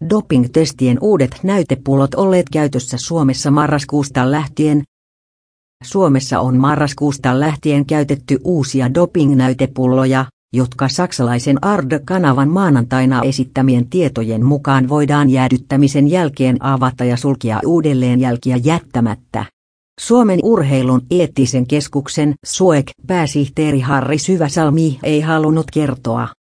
Doping-testien uudet näytepullot olleet käytössä Suomessa marraskuusta lähtien. Suomessa on marraskuusta lähtien käytetty uusia doping-näytepulloja, jotka saksalaisen ARD-kanavan maanantaina esittämien tietojen mukaan voidaan jäädyttämisen jälkeen avata ja sulkea uudelleen jälkiä jättämättä. Suomen urheilun eettisen keskuksen SUEK-pääsihteeri Harri Syväsalmi ei halunnut kertoa,